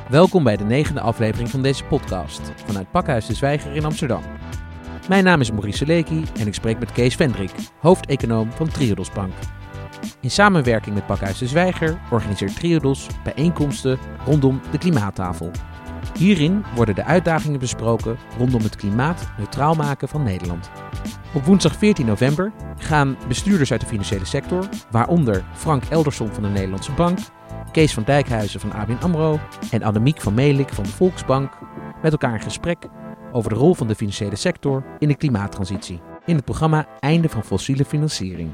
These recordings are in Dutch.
Welkom bij de 9e aflevering van deze podcast vanuit Pakhuis de Zwijger in Amsterdam. Mijn naam is Maurice Leeky en ik spreek met Kees Vendrik, hoofdeconoom van Triodos Bank. In samenwerking met Pakhuis de Zwijger organiseert Triodos bijeenkomsten rondom de klimaattafel. Hierin worden de uitdagingen besproken rondom het klimaatneutraal maken van Nederland. Op woensdag 14 november gaan bestuurders uit de financiële sector, waaronder Frank Elderson van de Nederlandse Bank, Kees van Dijkhuizen van ABN AMRO en Annemiek van Meelik van de Volksbank, met elkaar in gesprek over de rol van de financiële sector in de klimaattransitie in het programma Einde van fossiele financiering.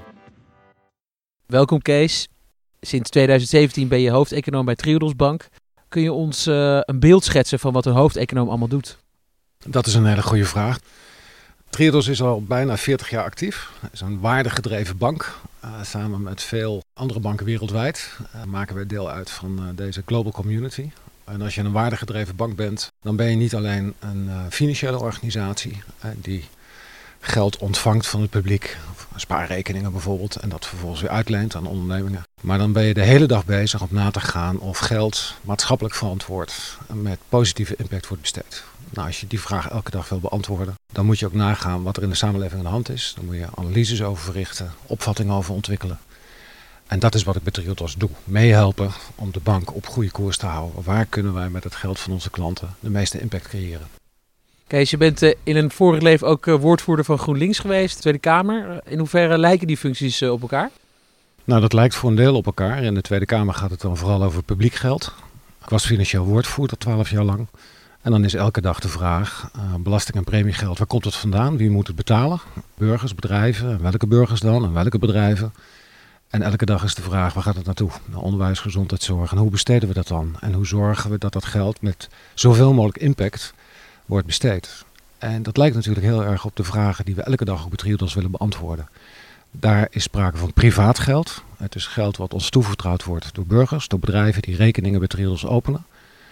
Welkom Kees. Sinds 2017 ben je hoofdeconoom bij Triodos Bank. Kun je ons een beeld schetsen van wat een hoofdeconoom allemaal doet? Dat is een hele goede vraag. Triodos is al bijna 40 jaar actief. Het is een waardegedreven bank. Samen met veel andere banken wereldwijd maken we deel uit van deze global community. En als je een waardegedreven bank bent, dan ben je niet alleen een financiële organisatie die geld ontvangt van het publiek, spaarrekeningen bijvoorbeeld, en dat vervolgens weer uitleent aan ondernemingen. Maar dan ben je de hele dag bezig om na te gaan of geld maatschappelijk verantwoord met positieve impact wordt besteed. Nou, als je die vraag elke dag wil beantwoorden, dan moet je ook nagaan wat er in de samenleving aan de hand is. Dan moet je analyses over verrichten, opvattingen over ontwikkelen. En dat is wat ik bij Triodos doe. Meehelpen om de bank op goede koers te houden. Waar kunnen wij met het geld van onze klanten de meeste impact creëren? Kees, je bent in een vorig leven ook woordvoerder van GroenLinks geweest, Tweede Kamer. In hoeverre lijken die functies op elkaar? Nou, dat lijkt voor een deel op elkaar. In de Tweede Kamer gaat het dan vooral over publiek geld. Ik was financieel woordvoerder 12 jaar lang. En dan is elke dag de vraag, belasting- en premiegeld, waar komt het vandaan? Wie moet het betalen? Burgers, bedrijven, en welke burgers dan en welke bedrijven? En elke dag is de vraag, waar gaat het naartoe? Naar onderwijs, gezondheidszorg. En hoe besteden we dat dan? En hoe zorgen we dat dat geld met zoveel mogelijk impact wordt besteed? En dat lijkt natuurlijk heel erg op de vragen die we elke dag op bij Triodos willen beantwoorden. Daar is sprake van privaat geld. Het is geld wat ons toevertrouwd wordt door burgers, door bedrijven die rekeningen bij Triodos openen.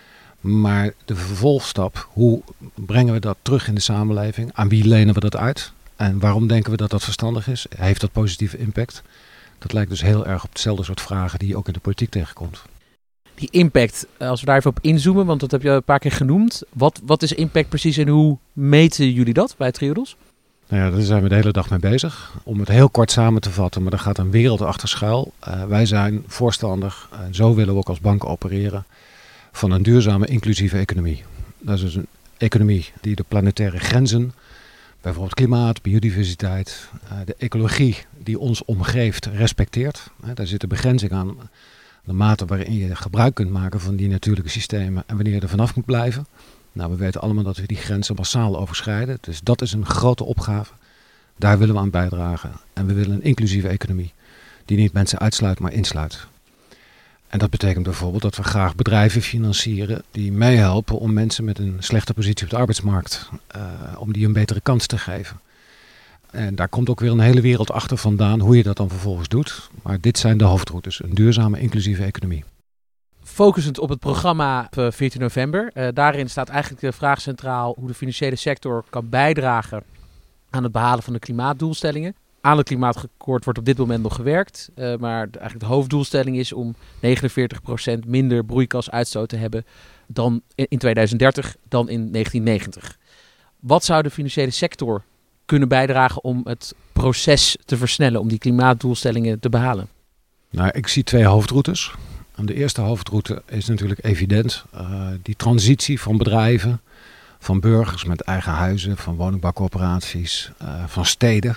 Maar de vervolgstap, hoe brengen we dat terug in de samenleving? Aan wie lenen we dat uit? En waarom denken we dat dat verstandig is? Heeft dat positieve impact? Dat lijkt dus heel erg op hetzelfde soort vragen die je ook in de politiek tegenkomt. Die impact, als we daar even op inzoomen, want dat heb je een paar keer genoemd. Wat is impact precies en hoe meten jullie dat bij Triodos? Nou ja, daar zijn we de hele dag mee bezig. Om het heel kort samen te vatten, maar daar gaat een wereld achter schuil. Wij zijn voorstander, en zo willen we ook als bank opereren, van een duurzame inclusieve economie. Dat is dus een economie die de planetaire grenzen, bijvoorbeeld klimaat, biodiversiteit, de ecologie die ons omgeeft, respecteert. Daar zit een begrenzing aan de mate waarin je gebruik kunt maken van die natuurlijke systemen en wanneer je er vanaf moet blijven. Nou, we weten allemaal dat we die grenzen massaal overschrijden. Dus dat is een grote opgave. Daar willen we aan bijdragen. En we willen een inclusieve economie die niet mensen uitsluit, maar insluit. En dat betekent bijvoorbeeld dat we graag bedrijven financieren die meehelpen om mensen met een slechte positie op de arbeidsmarkt, om die een betere kans te geven. En daar komt ook weer een hele wereld achter vandaan hoe je dat dan vervolgens doet. Maar dit zijn de hoofdroutes, een duurzame inclusieve economie. Focusend op het programma op 14 november. Daarin staat eigenlijk de vraag centraal hoe de financiële sector kan bijdragen aan het behalen van de klimaatdoelstellingen. Aan het klimaatakkoord wordt op dit moment nog gewerkt. Maar eigenlijk de hoofddoelstelling is om 49% minder broeikasuitstoot te hebben dan in 2030 dan in 1990. Wat zou de financiële sector kunnen bijdragen om het proces te versnellen, om die klimaatdoelstellingen te behalen? Nou, ik zie 2 hoofdroutes. En de eerste hoofdroute is natuurlijk evident. Die transitie van bedrijven, van burgers met eigen huizen, van woningbouwcorporaties, van steden.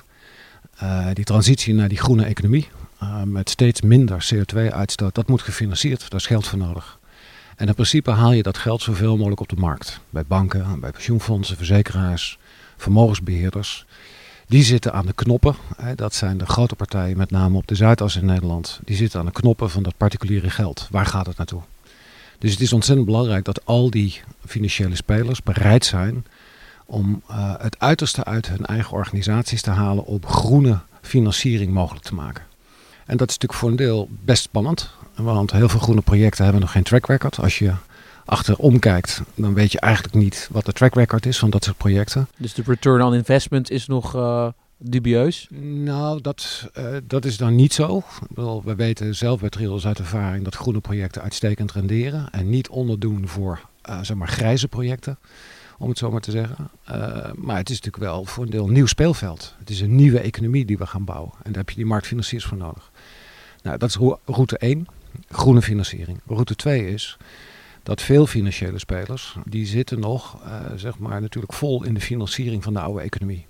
Die transitie naar die groene economie met steeds minder CO2-uitstoot, dat moet gefinancierd. Daar is geld voor nodig. En in principe haal je dat geld zoveel mogelijk op de markt. Bij banken, bij pensioenfondsen, verzekeraars, vermogensbeheerders. Die zitten aan de knoppen. Dat zijn de grote partijen, met name op de Zuidas in Nederland. Die zitten aan de knoppen van dat particuliere geld. Waar gaat het naartoe? Dus het is ontzettend belangrijk dat al die financiële spelers bereid zijn om het uiterste uit hun eigen organisaties te halen om groene financiering mogelijk te maken. En dat is natuurlijk voor een deel best spannend. Want heel veel groene projecten hebben nog geen track record. Als je achterom kijkt, dan weet je eigenlijk niet wat de track record is van dat soort projecten. Dus de return on investment is nog dubieus? Nou, dat is dan niet zo. We weten zelf bij Triodos uit ervaring dat groene projecten uitstekend renderen en niet onderdoen voor grijze projecten, om het zo maar te zeggen. Maar het is natuurlijk wel voor een deel een nieuw speelveld. Het is een nieuwe economie die we gaan bouwen en daar heb je die marktfinanciers voor nodig. Nou, dat is route 1, groene financiering. Route 2 is dat veel financiële spelers, die zitten nog natuurlijk vol in de financiering van de oude economie.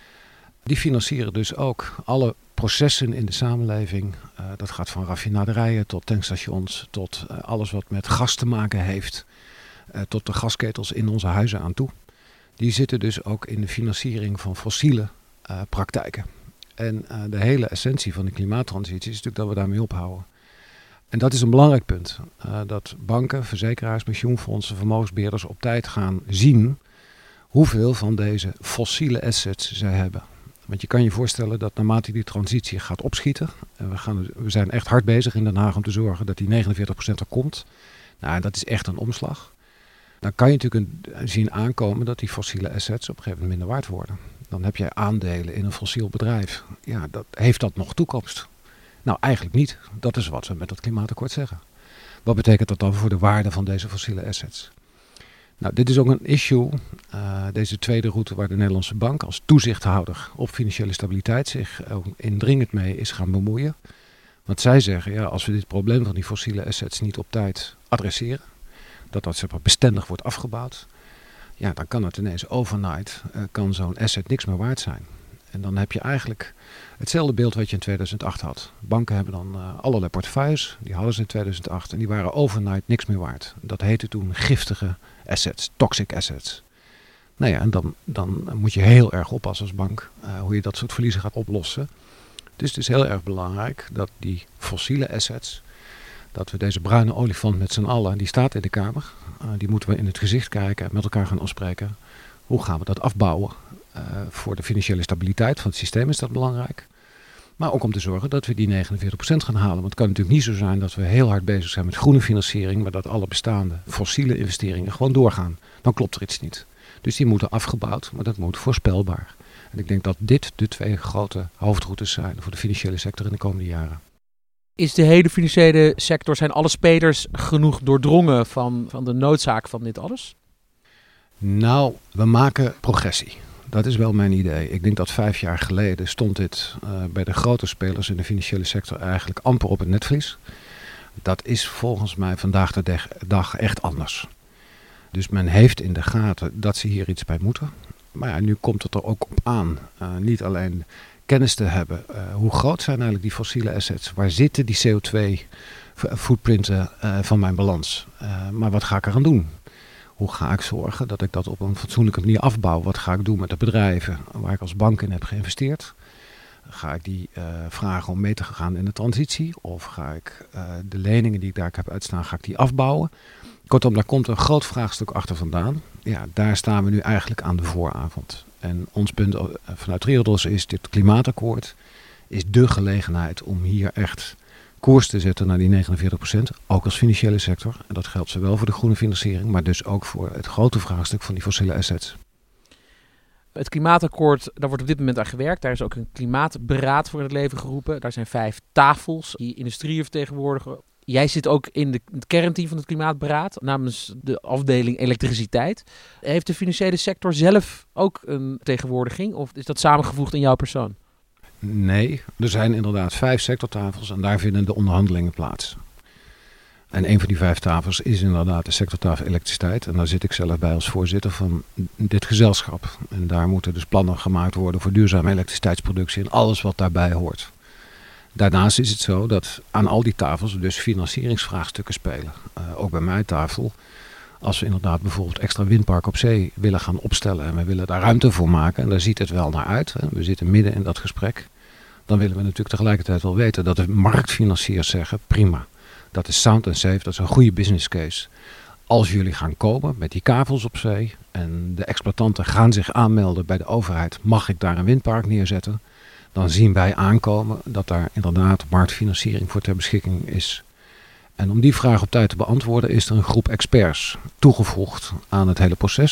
Die financieren dus ook alle processen in de samenleving. Dat gaat van raffinaderijen tot tankstations, tot alles wat met gas te maken heeft, tot de gasketels in onze huizen aan toe. Die zitten dus ook in de financiering van fossiele praktijken. En de hele essentie van de klimaattransitie is natuurlijk dat we daarmee ophouden. En dat is een belangrijk punt. Dat banken, verzekeraars, pensioenfondsen, vermogensbeheerders op tijd gaan zien hoeveel van deze fossiele assets zij hebben. Want je kan je voorstellen dat naarmate die transitie gaat opschieten, en we zijn echt hard bezig in Den Haag om te zorgen dat die 49% er komt. Nou, dat is echt een omslag. Dan kan je natuurlijk zien aankomen dat die fossiele assets op een gegeven moment minder waard worden. Dan heb jij aandelen in een fossiel bedrijf. Ja, heeft dat nog toekomst? Nou, eigenlijk niet. Dat is wat we met dat klimaatakkoord zeggen. Wat betekent dat dan voor de waarde van deze fossiele assets? Nou, dit is ook een issue, deze tweede route waar de Nederlandse bank als toezichthouder op financiële stabiliteit zich indringend mee is gaan bemoeien. Want zij zeggen, als we dit probleem van die fossiele assets niet op tijd adresseren, dat bestendig wordt afgebouwd, dan kan het ineens overnight, kan zo'n asset niks meer waard zijn. En dan heb je eigenlijk hetzelfde beeld wat je in 2008 had. Banken hebben dan allerlei portefeuilles, die hadden ze in 2008 en die waren overnight niks meer waard. Dat heette toen giftige assets, toxic assets. Nou ja, en dan moet je heel erg oppassen als bank hoe je dat soort verliezen gaat oplossen. Dus het is heel erg belangrijk dat die fossiele assets, dat we deze bruine olifant met z'n allen, die staat in de Kamer, die moeten we in het gezicht kijken en met elkaar gaan afspreken. Hoe gaan we dat afbouwen? Voor de financiële stabiliteit van het systeem is dat belangrijk. Maar ook om te zorgen dat we die 49% gaan halen. Want het kan natuurlijk niet zo zijn dat we heel hard bezig zijn met groene financiering, maar dat alle bestaande fossiele investeringen gewoon doorgaan. Dan klopt er iets niet. Dus die moeten afgebouwd, maar dat moet voorspelbaar. En ik denk dat dit de twee grote hoofdroutes zijn voor de financiële sector in de komende jaren. Is de hele financiële sector, zijn alle spelers genoeg doordrongen van de noodzaak van dit alles? Nou, we maken progressie. Dat is wel mijn idee. Ik denk dat 5 jaar geleden stond dit bij de grote spelers in de financiële sector eigenlijk amper op het netvlies. Dat is volgens mij vandaag de dag echt anders. Dus men heeft in de gaten dat ze hier iets bij moeten. Maar ja, nu komt het er ook op aan. Niet alleen kennis te hebben. Hoe groot zijn eigenlijk die fossiele assets? Waar zitten die CO2-footprinten van mijn balans? Maar wat ga ik eraan doen? Hoe ga ik zorgen dat ik dat op een fatsoenlijke manier afbouw? Wat ga ik doen met de bedrijven waar ik als bank in heb geïnvesteerd? Ga ik die vragen om mee te gaan in de transitie? Of ga ik de leningen die ik daar heb uitstaan, ga ik die afbouwen? Kortom, daar komt een groot vraagstuk achter vandaan. Ja, daar staan we nu eigenlijk aan de vooravond. En ons punt vanuit Triodos is dit klimaatakkoord is dé gelegenheid om hier echt koers te zetten naar die 49%, ook als financiële sector. En dat geldt zowel voor de groene financiering, maar dus ook voor het grote vraagstuk van die fossiele assets. Het klimaatakkoord, daar wordt op dit moment aan gewerkt. Daar is ook een klimaatberaad voor in het leven geroepen. Daar zijn 5 tafels die industrieën vertegenwoordigen. Jij zit ook in het kernteam van het klimaatberaad namens de afdeling elektriciteit. Heeft de financiële sector zelf ook een tegenwoordiging of is dat samengevoegd in jouw persoon? Nee, er zijn inderdaad 5 sectortafels en daar vinden de onderhandelingen plaats. En een van die 5 tafels is inderdaad de sectortafel elektriciteit. En daar zit ik zelf bij als voorzitter van dit gezelschap. En daar moeten dus plannen gemaakt worden voor duurzame elektriciteitsproductie en alles wat daarbij hoort. Daarnaast is het zo dat aan al die tafels dus financieringsvraagstukken spelen. Ook bij mijn tafel. Als we inderdaad bijvoorbeeld extra windpark op zee willen gaan opstellen en we willen daar ruimte voor maken, en daar ziet het wel naar uit, hè, we zitten midden in dat gesprek, dan willen we natuurlijk tegelijkertijd wel weten dat de marktfinanciers zeggen, prima, dat is sound and safe, dat is een goede business case. Als jullie gaan komen met die kavels op zee en de exploitanten gaan zich aanmelden bij de overheid, mag ik daar een windpark neerzetten, dan zien wij aankomen dat daar inderdaad marktfinanciering voor ter beschikking is. En om die vraag op tijd te beantwoorden is er een groep experts toegevoegd aan het hele proces.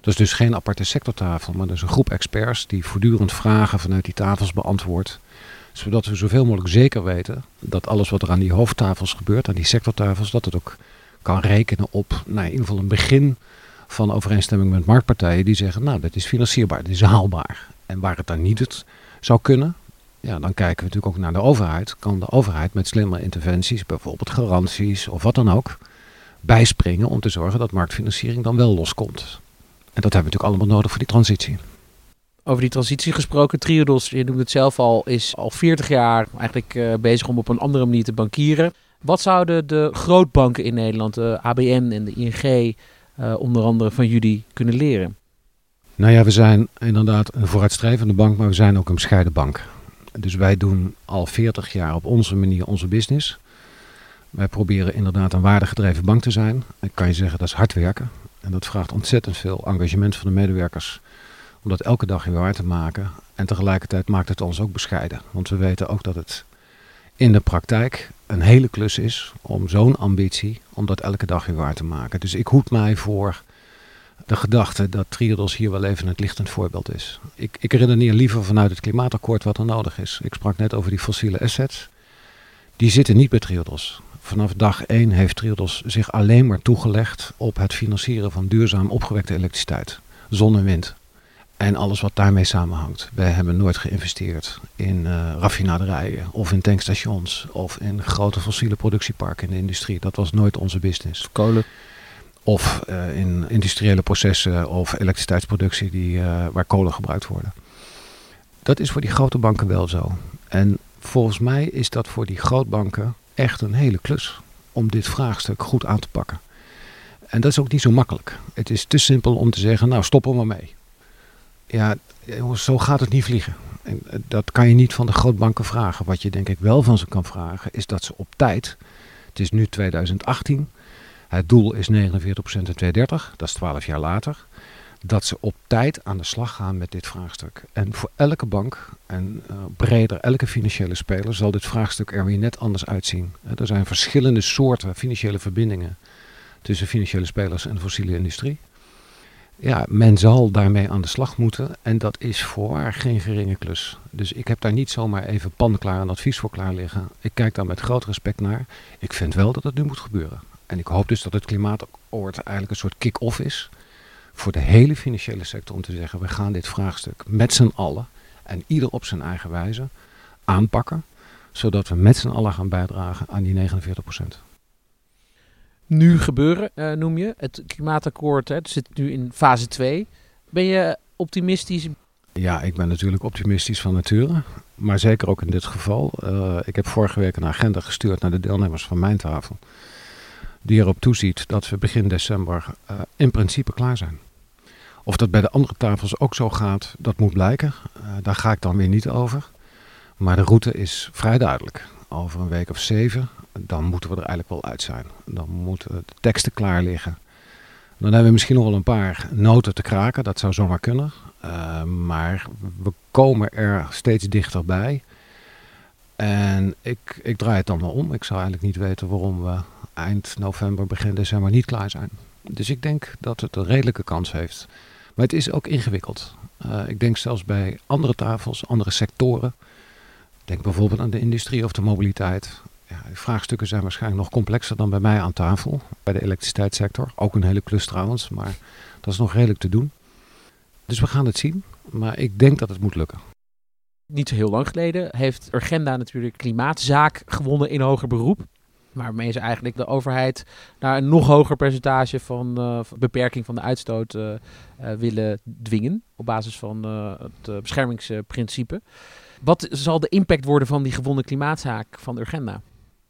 Dat is dus geen aparte sectortafel, maar dat is een groep experts die voortdurend vragen vanuit die tafels beantwoordt. Zodat we zoveel mogelijk zeker weten dat alles wat er aan die hoofdtafels gebeurt, aan die sectortafels, dat het ook kan rekenen op in ieder geval een begin van overeenstemming met marktpartijen die zeggen, nou, dat is financierbaar, dat is haalbaar. En waar het dan niet zou kunnen, ja, dan kijken we natuurlijk ook naar de overheid. Kan de overheid met slimme interventies, bijvoorbeeld garanties of wat dan ook, bijspringen om te zorgen dat marktfinanciering dan wel loskomt. En dat hebben we natuurlijk allemaal nodig voor die transitie. Over die transitie gesproken, Triodos, je noemde het zelf al, is al 40 jaar eigenlijk bezig om op een andere manier te bankieren. Wat zouden de grootbanken in Nederland, de ABN en de ING, onder andere van jullie kunnen leren? Nou ja, we zijn inderdaad een vooruitstrevende bank, maar we zijn ook een bescheiden bank. Dus wij doen al 40 jaar op onze manier onze business. Wij proberen inderdaad een waardegedreven bank te zijn. Ik kan je zeggen, dat is hard werken. En dat vraagt ontzettend veel engagement van de medewerkers om dat elke dag weer waar te maken. En tegelijkertijd maakt het ons ook bescheiden. Want we weten ook dat het in de praktijk een hele klus is om zo'n ambitie, om dat elke dag weer waar te maken. Dus ik hoed mij voor de gedachte dat Triodos hier wel even het lichtend voorbeeld is. Ik redeneer liever vanuit het klimaatakkoord wat er nodig is. Ik sprak net over die fossiele assets. Die zitten niet bij Triodos. Vanaf dag 1 heeft Triodos zich alleen maar toegelegd op het financieren van duurzaam opgewekte elektriciteit. Zon en wind. En alles wat daarmee samenhangt. Wij hebben nooit geïnvesteerd in raffinaderijen of in tankstations of in grote fossiele productieparken in de industrie. Dat was nooit onze business. Kolen. Of in industriële processen of elektriciteitsproductie waar kolen gebruikt worden. Dat is voor die grote banken wel zo. En volgens mij is dat voor die grootbanken echt een hele klus om dit vraagstuk goed aan te pakken. En dat is ook niet zo makkelijk. Het is te simpel om te zeggen, nou stoppen we mee. Ja, zo gaat het niet vliegen. En dat kan je niet van de grootbanken vragen. Wat je denk ik wel van ze kan vragen is dat ze op tijd, het is nu 2018, het doel is 49% in 2030, dat is 12 jaar later, dat ze op tijd aan de slag gaan met dit vraagstuk. En voor elke bank en breder, elke financiële speler zal dit vraagstuk er weer net anders uitzien. Er zijn verschillende soorten financiële verbindingen tussen financiële spelers en de fossiele industrie. Ja, men zal daarmee aan de slag moeten en dat is voorwaar geen geringe klus. Dus ik heb daar niet zomaar even panklaar een advies voor klaar liggen. Ik kijk daar met groot respect naar. Ik vind wel dat het nu moet gebeuren. En ik hoop dus dat het klimaatakkoord eigenlijk een soort kick-off is voor de hele financiële sector om te zeggen, we gaan dit vraagstuk met z'n allen en ieder op zijn eigen wijze aanpakken, zodat we met z'n allen gaan bijdragen aan die 49%. Nu gebeuren, noem je. Het klimaatakkoord zit nu in fase 2. Ben je optimistisch? Ja, ik ben natuurlijk optimistisch van nature. Maar zeker ook in dit geval. Ik heb vorige week een agenda gestuurd naar de deelnemers van mijn tafel. Die erop toeziet dat we begin december in principe klaar zijn. Of dat bij de andere tafels ook zo gaat, dat moet blijken. Daar ga ik dan weer niet over. Maar de route is vrij duidelijk. Over een week of 7, dan moeten we er eigenlijk wel uit zijn. Dan moeten de teksten klaar liggen. Dan hebben we misschien nog wel een paar noten te kraken. Dat zou zomaar kunnen. Maar we komen er steeds dichterbij. En ik draai het dan wel om. Ik zou eigenlijk niet weten waarom we eind november, begin december niet klaar zijn. Dus ik denk dat het een redelijke kans heeft. Maar het is ook ingewikkeld. Ik denk zelfs bij andere tafels, andere sectoren. Denk bijvoorbeeld aan de industrie of de mobiliteit. Ja, die vraagstukken zijn waarschijnlijk nog complexer dan bij mij aan tafel. Bij de elektriciteitssector. Ook een hele klus trouwens, maar dat is nog redelijk te doen. Dus we gaan het zien. Maar ik denk dat het moet lukken. Niet zo heel lang geleden heeft Urgenda natuurlijk klimaatzaak gewonnen in hoger beroep. Waarmee ze eigenlijk de overheid naar een nog hoger percentage van beperking van de uitstoot willen dwingen. Op basis van het beschermingsprincipe. Wat zal de impact worden van die gewonnen klimaatzaak van Urgenda?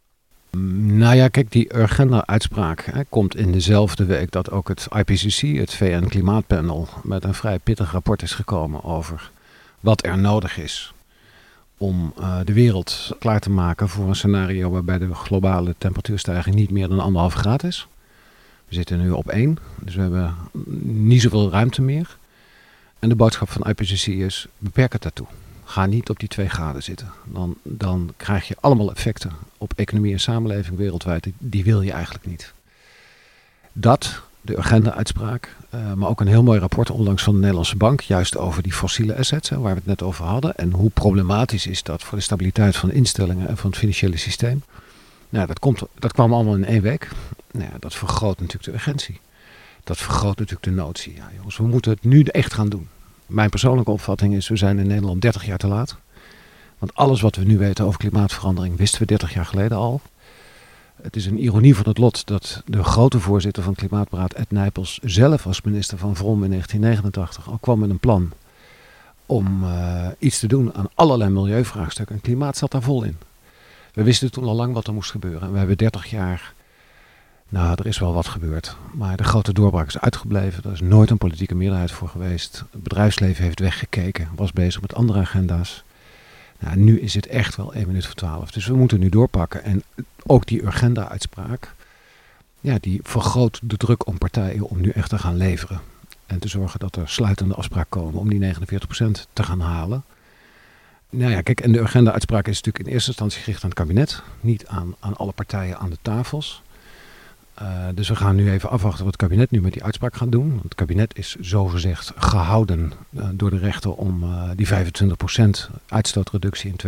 Nou ja, kijk, die Urgenda-uitspraak komt in dezelfde week dat ook het IPCC, het VN-klimaatpanel, met een vrij pittig rapport is gekomen over wat er nodig is om de wereld klaar te maken voor een scenario waarbij de globale temperatuurstijging niet meer dan 1,5 graad is. We zitten nu op 1, dus we hebben niet zoveel ruimte meer. En de boodschap van IPCC is, beperk het daartoe. Ga niet op die 2 graden zitten. Dan krijg je allemaal effecten op economie en samenleving wereldwijd. Die wil je eigenlijk niet. Dat de Urgenda-uitspraak, maar ook een heel mooi rapport onlangs van de Nederlandse Bank, juist over die fossiele assets, waar we het net over hadden. En hoe problematisch is dat voor de stabiliteit van de instellingen en van het financiële systeem. Nou, dat kwam allemaal in 1 week. Nou ja, dat vergroot natuurlijk de urgentie. Dat vergroot natuurlijk de notie. Ja, jongens, we moeten het nu echt gaan doen. Mijn persoonlijke opvatting is, we zijn in Nederland 30 jaar te laat. Want alles wat we nu weten over klimaatverandering wisten we 30 jaar geleden al. Het is een ironie van het lot dat de grote voorzitter van het Klimaatberaad, Ed Nijpels, zelf als minister van Vrom in 1989 al kwam met een plan om iets te doen aan allerlei milieuvraagstukken. En klimaat zat daar vol in. We wisten toen al lang wat er moest gebeuren. En we hebben 30 jaar, nou, er is wel wat gebeurd. Maar de grote doorbraak is uitgebleven. Er is nooit een politieke meerderheid voor geweest. Het bedrijfsleven heeft weggekeken, was bezig met andere agenda's. Nou, nu is het echt wel 11:55. Dus we moeten nu doorpakken. En ook die Urgenda-uitspraak, ja, die vergroot de druk om partijen om nu echt te gaan leveren. En te zorgen dat er sluitende afspraken komen om die 49% te gaan halen. Nou ja, kijk, en de Urgenda-uitspraak is natuurlijk in eerste instantie gericht aan het kabinet. Niet aan alle partijen aan de tafels. Dus we gaan nu even afwachten wat het kabinet nu met die uitspraak gaat doen. Want het kabinet is zogezegd gehouden door de rechter om die 25% uitstootreductie in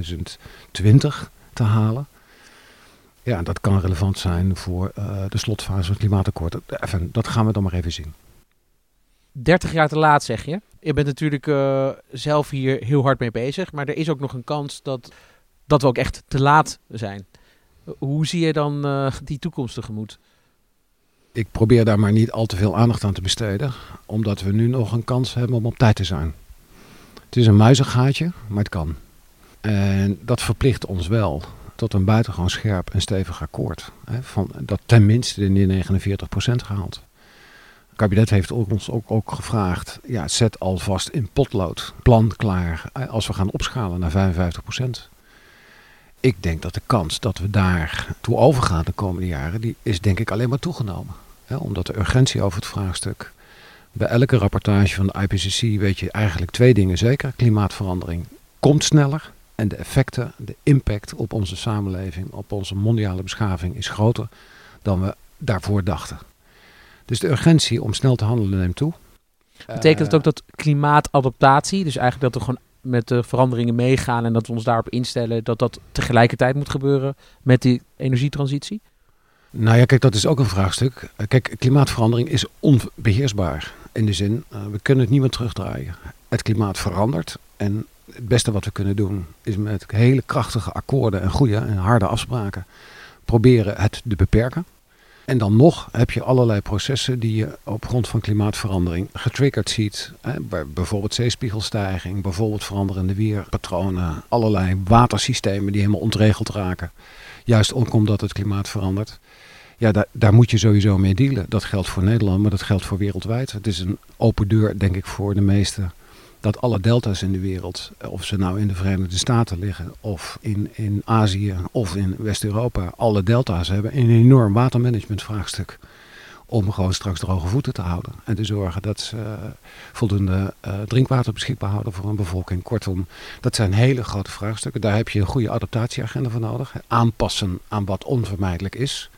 2020 te halen. Ja, dat kan relevant zijn voor de slotfase van het klimaatakkoord. Even, dat gaan we dan maar even zien. 30 jaar te laat, zeg je. Je bent natuurlijk zelf hier heel hard mee bezig. Maar er is ook nog een kans dat we ook echt te laat zijn. Hoe zie je dan die toekomst tegemoet? Ik probeer daar maar niet al te veel aandacht aan te besteden. Omdat we nu nog een kans hebben om op tijd te zijn. Het is een muizengaatje, maar het kan. En dat verplicht ons wel tot een buitengewoon scherp en stevig akkoord. Van dat tenminste in die 49% gehaald. Het kabinet heeft ons ook gevraagd, ja, zet alvast in potlood plan klaar als we gaan opschalen naar 55%. Ik denk dat de kans dat we daar toe overgaan de komende jaren, die is denk ik alleen maar toegenomen. Omdat de urgentie over het vraagstuk, bij elke rapportage van de IPCC weet je eigenlijk 2 dingen zeker. Klimaatverandering komt sneller en de effecten, de impact op onze samenleving, op onze mondiale beschaving is groter dan we daarvoor dachten. Dus de urgentie om snel te handelen neemt toe. Betekent het ook dat klimaatadaptatie, dus eigenlijk dat we gewoon met de veranderingen meegaan en dat we ons daarop instellen, dat tegelijkertijd moet gebeuren met die energietransitie? Nou ja, kijk, dat is ook een vraagstuk. Kijk, klimaatverandering is onbeheersbaar. In de zin, we kunnen het niet meer terugdraaien. Het klimaat verandert en het beste wat we kunnen doen is met hele krachtige akkoorden en goede en harde afspraken proberen het te beperken. En dan nog heb je allerlei processen die je op grond van klimaatverandering getriggerd ziet. Bijvoorbeeld zeespiegelstijging, bijvoorbeeld veranderende weerpatronen, allerlei watersystemen die helemaal ontregeld raken. Juist ook omdat het klimaat verandert. Ja, daar moet je sowieso mee dealen. Dat geldt voor Nederland, maar dat geldt voor wereldwijd. Het is een open deur, denk ik, voor de meesten. Dat alle delta's in de wereld, of ze nou in de Verenigde Staten liggen, of in Azië, of in West-Europa, alle delta's hebben een enorm watermanagementvraagstuk. Om gewoon straks droge voeten te houden. En te zorgen dat ze voldoende drinkwater beschikbaar houden voor een bevolking. Kortom, dat zijn hele grote vraagstukken. Daar heb je een goede adaptatieagenda voor nodig. Aanpassen aan wat onvermijdelijk is.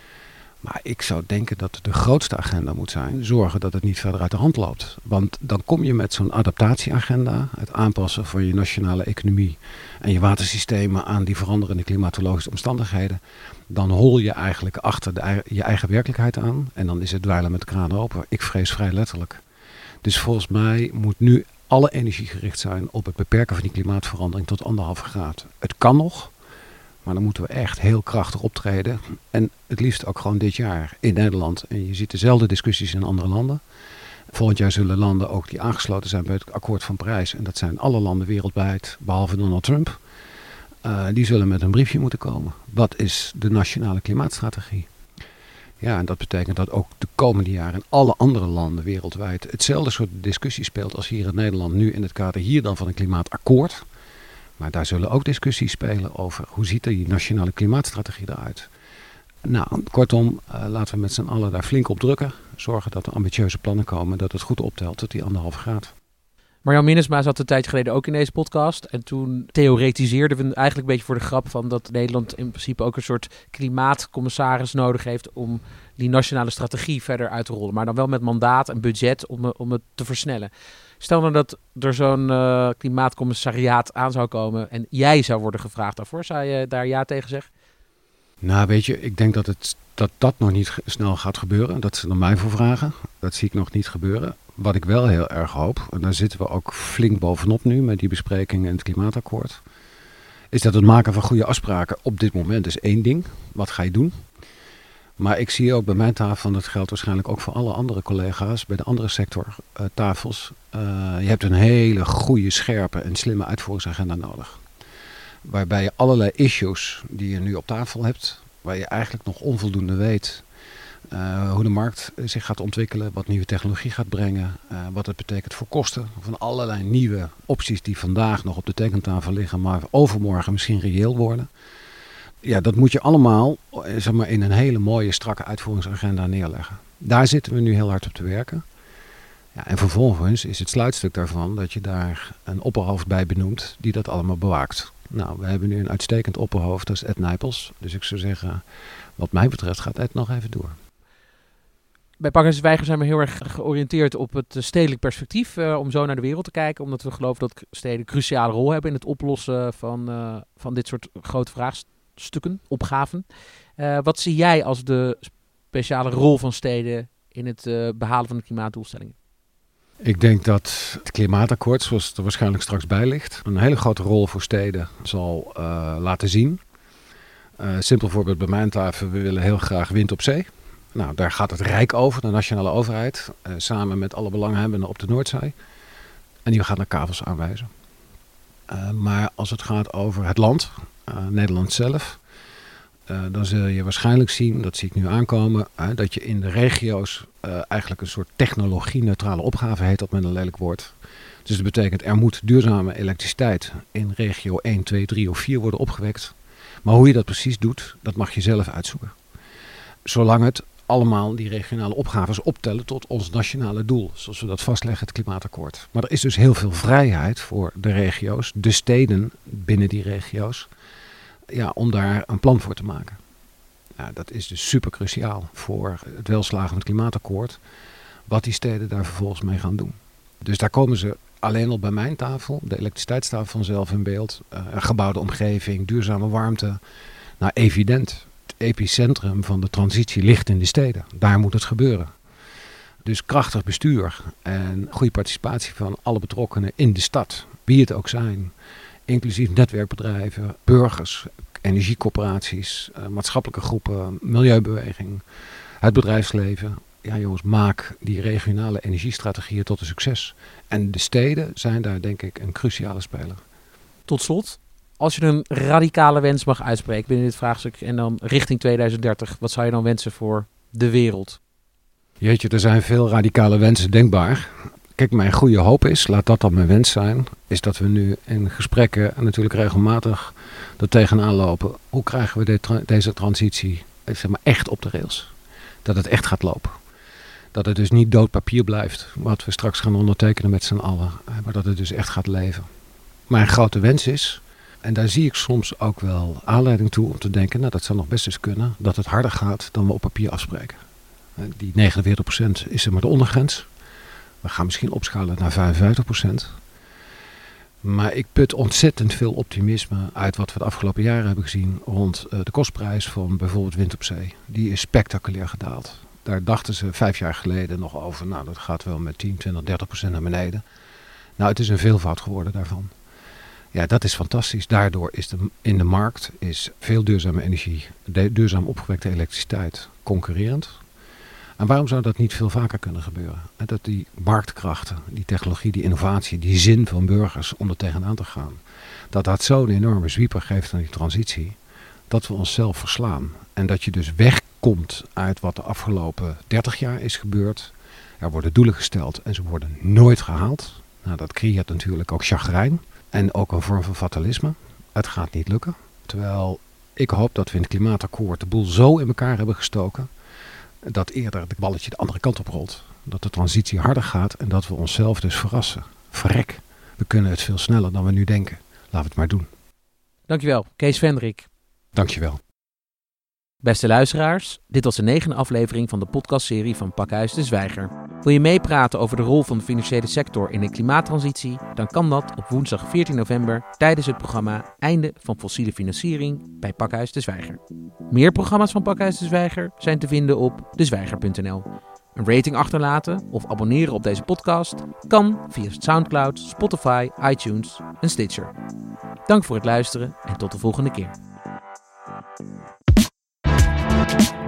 Maar ik zou denken dat de grootste agenda moet zijn, zorgen dat het niet verder uit de hand loopt. Want dan kom je met zo'n adaptatieagenda, het aanpassen van je nationale economie en je watersystemen aan die veranderende klimatologische omstandigheden. Dan hol je eigenlijk achter je eigen werkelijkheid aan en dan is het dweilen met de kraan open. Ik vrees vrij letterlijk. Dus volgens mij moet nu alle energie gericht zijn op het beperken van die klimaatverandering tot 1,5 graden. Het kan nog. Maar dan moeten we echt heel krachtig optreden. En het liefst ook gewoon dit jaar in Nederland. En je ziet dezelfde discussies in andere landen. Volgend jaar zullen landen ook die aangesloten zijn bij het akkoord van Parijs. En dat zijn alle landen wereldwijd, behalve Donald Trump. Die zullen met een briefje moeten komen. Wat is de nationale klimaatstrategie? Ja, en dat betekent dat ook de komende jaren in alle andere landen wereldwijd hetzelfde soort discussie speelt als hier in Nederland nu in het kader hier dan van een klimaatakkoord. Maar daar zullen ook discussies spelen over hoe ziet die nationale klimaatstrategie eruit. Nou, kortom, laten we met z'n allen daar flink op drukken. Zorgen dat er ambitieuze plannen komen, dat het goed optelt tot die 1,5 graden. Marjan Minnesma zat een tijdje geleden ook in deze podcast. En toen theoretiseerden we eigenlijk een beetje voor de grap van dat Nederland in principe ook een soort klimaatcommissaris nodig heeft om die nationale strategie verder uit te rollen. Maar dan wel met mandaat en budget om het te versnellen. Stel nou dat er zo'n klimaatcommissariaat aan zou komen en jij zou worden gevraagd daarvoor. Zou je daar ja tegen zeggen? Nou, weet je, ik denk dat nog niet snel gaat gebeuren. Dat ze er mij voor vragen. Dat zie ik nog niet gebeuren. Wat ik wel heel erg hoop, en daar zitten we ook flink bovenop nu met die besprekingen en het klimaatakkoord, is dat het maken van goede afspraken op dit moment is één ding. Wat ga je doen? Maar ik zie ook bij mijn tafel, en dat geldt waarschijnlijk ook voor alle andere collega's bij de andere sectortafels. Je hebt een hele goede, scherpe en slimme uitvoeringsagenda nodig. Waarbij je allerlei issues die je nu op tafel hebt, waar je eigenlijk nog onvoldoende weet hoe de markt zich gaat ontwikkelen, wat nieuwe technologie gaat brengen, wat het betekent voor kosten. Van allerlei nieuwe opties die vandaag nog op de tekentafel liggen, maar overmorgen misschien reëel worden. Ja, dat moet je allemaal zeg maar, in een hele mooie, strakke uitvoeringsagenda neerleggen. Daar zitten we nu heel hard op te werken. Ja, en vervolgens is het sluitstuk daarvan dat je daar een opperhoofd bij benoemt die dat allemaal bewaakt. Nou, we hebben nu een uitstekend opperhoofd, dat is Ed Nijpels. Dus ik zou zeggen, wat mij betreft gaat Ed nog even door. Bij Pakhuis Zwijger zijn we heel erg georiënteerd op het stedelijk perspectief. Om zo naar de wereld te kijken. Omdat we geloven dat steden een cruciale rol hebben in het oplossen van dit soort grote vraagstukken, opgaven. Wat zie jij als de speciale rol van steden in het behalen van de klimaatdoelstellingen? Ik denk dat het klimaatakkoord, zoals het er waarschijnlijk straks bij ligt, een hele grote rol voor steden zal laten zien. Simpel voorbeeld bij mijn tafel, we willen heel graag wind op zee. Nou, daar gaat het Rijk over, de nationale overheid, samen met alle belanghebbenden op de Noordzee. En die gaat naar kavels aanwijzen. Maar als het gaat over het land, Nederland zelf, dan zul je waarschijnlijk zien, dat zie ik nu aankomen, dat je in de regio's eigenlijk een soort technologie-neutrale opgave heet dat met een lelijk woord. Dus dat betekent er moet duurzame elektriciteit in regio 1, 2, 3 of 4 worden opgewekt. Maar hoe je dat precies doet, dat mag je zelf uitzoeken. Zolang het allemaal die regionale opgaves optellen tot ons nationale doel, zoals we dat vastleggen, het klimaatakkoord. Maar er is dus heel veel vrijheid voor de regio's, de steden binnen die regio's, ja, om daar een plan voor te maken. Ja, dat is dus super cruciaal voor het welslagen van het klimaatakkoord, wat die steden daar vervolgens mee gaan doen. Dus daar komen ze alleen al bij mijn tafel, de elektriciteitstafel vanzelf in beeld, een gebouwde omgeving, duurzame warmte. Nou, evident. Het epicentrum van de transitie ligt in de steden. Daar moet het gebeuren. Dus krachtig bestuur en goede participatie van alle betrokkenen in de stad, wie het ook zijn, inclusief netwerkbedrijven, burgers, energiecorporaties, maatschappelijke groepen, milieubeweging, het bedrijfsleven. Ja jongens, maak die regionale energiestrategieën tot een succes. En de steden zijn daar denk ik een cruciale speler. Tot slot, als je een radicale wens mag uitspreken binnen dit vraagstuk en dan richting 2030, wat zou je dan wensen voor de wereld? Jeetje, er zijn veel radicale wensen denkbaar. Kijk, mijn goede hoop is, laat dat dan mijn wens zijn, is dat we nu in gesprekken en natuurlijk regelmatig er tegenaan lopen. Hoe krijgen we deze transitie zeg maar, echt op de rails? Dat het echt gaat lopen. Dat het dus niet dood papier blijft, wat we straks gaan ondertekenen met z'n allen. Maar dat het dus echt gaat leven. Mijn grote wens is, en daar zie ik soms ook wel aanleiding toe om te denken, nou dat zou nog best eens kunnen, dat het harder gaat dan we op papier afspreken. Die 49% is maar de ondergrens. We gaan misschien opschalen naar 55%. Maar ik put ontzettend veel optimisme uit wat we de afgelopen jaren hebben gezien rond de kostprijs van bijvoorbeeld wind op zee. Die is spectaculair gedaald. Daar dachten ze 5 jaar geleden nog over, nou dat gaat wel met 10, 20, 30% naar beneden. Nou, het is een veelvoud geworden daarvan. Ja, dat is fantastisch. Daardoor is in de markt is veel duurzame energie, duurzaam opgewekte elektriciteit concurrerend. En waarom zou dat niet veel vaker kunnen gebeuren? Dat die marktkrachten, die technologie, die innovatie, die zin van burgers om er tegenaan te gaan, dat zo'n enorme zwieper geeft aan die transitie, dat we onszelf verslaan. En dat je dus wegkomt uit wat de afgelopen 30 jaar is gebeurd. Er worden doelen gesteld en ze worden nooit gehaald. Nou, dat creëert natuurlijk ook chagrijn en ook een vorm van fatalisme. Het gaat niet lukken. Terwijl ik hoop dat we in het klimaatakkoord de boel zo in elkaar hebben gestoken dat eerder het balletje de andere kant op rolt. Dat de transitie harder gaat en dat we onszelf dus verrassen. verrek, we kunnen het veel sneller dan we nu denken. Laten we het maar doen. Dankjewel, Kees Vendrik. Dankjewel. Beste luisteraars, dit was de 9e aflevering van de podcastserie van Pakhuis de Zwijger. Wil je meepraten over de rol van de financiële sector in de klimaattransitie? Dan kan dat op woensdag 14 november tijdens het programma Einde van fossiele financiering bij Pakhuis de Zwijger. Meer programma's van Pakhuis de Zwijger zijn te vinden op dezwijger.nl. Een rating achterlaten of abonneren op deze podcast kan via SoundCloud, Spotify, iTunes en Stitcher. Dank voor het luisteren en tot de volgende keer.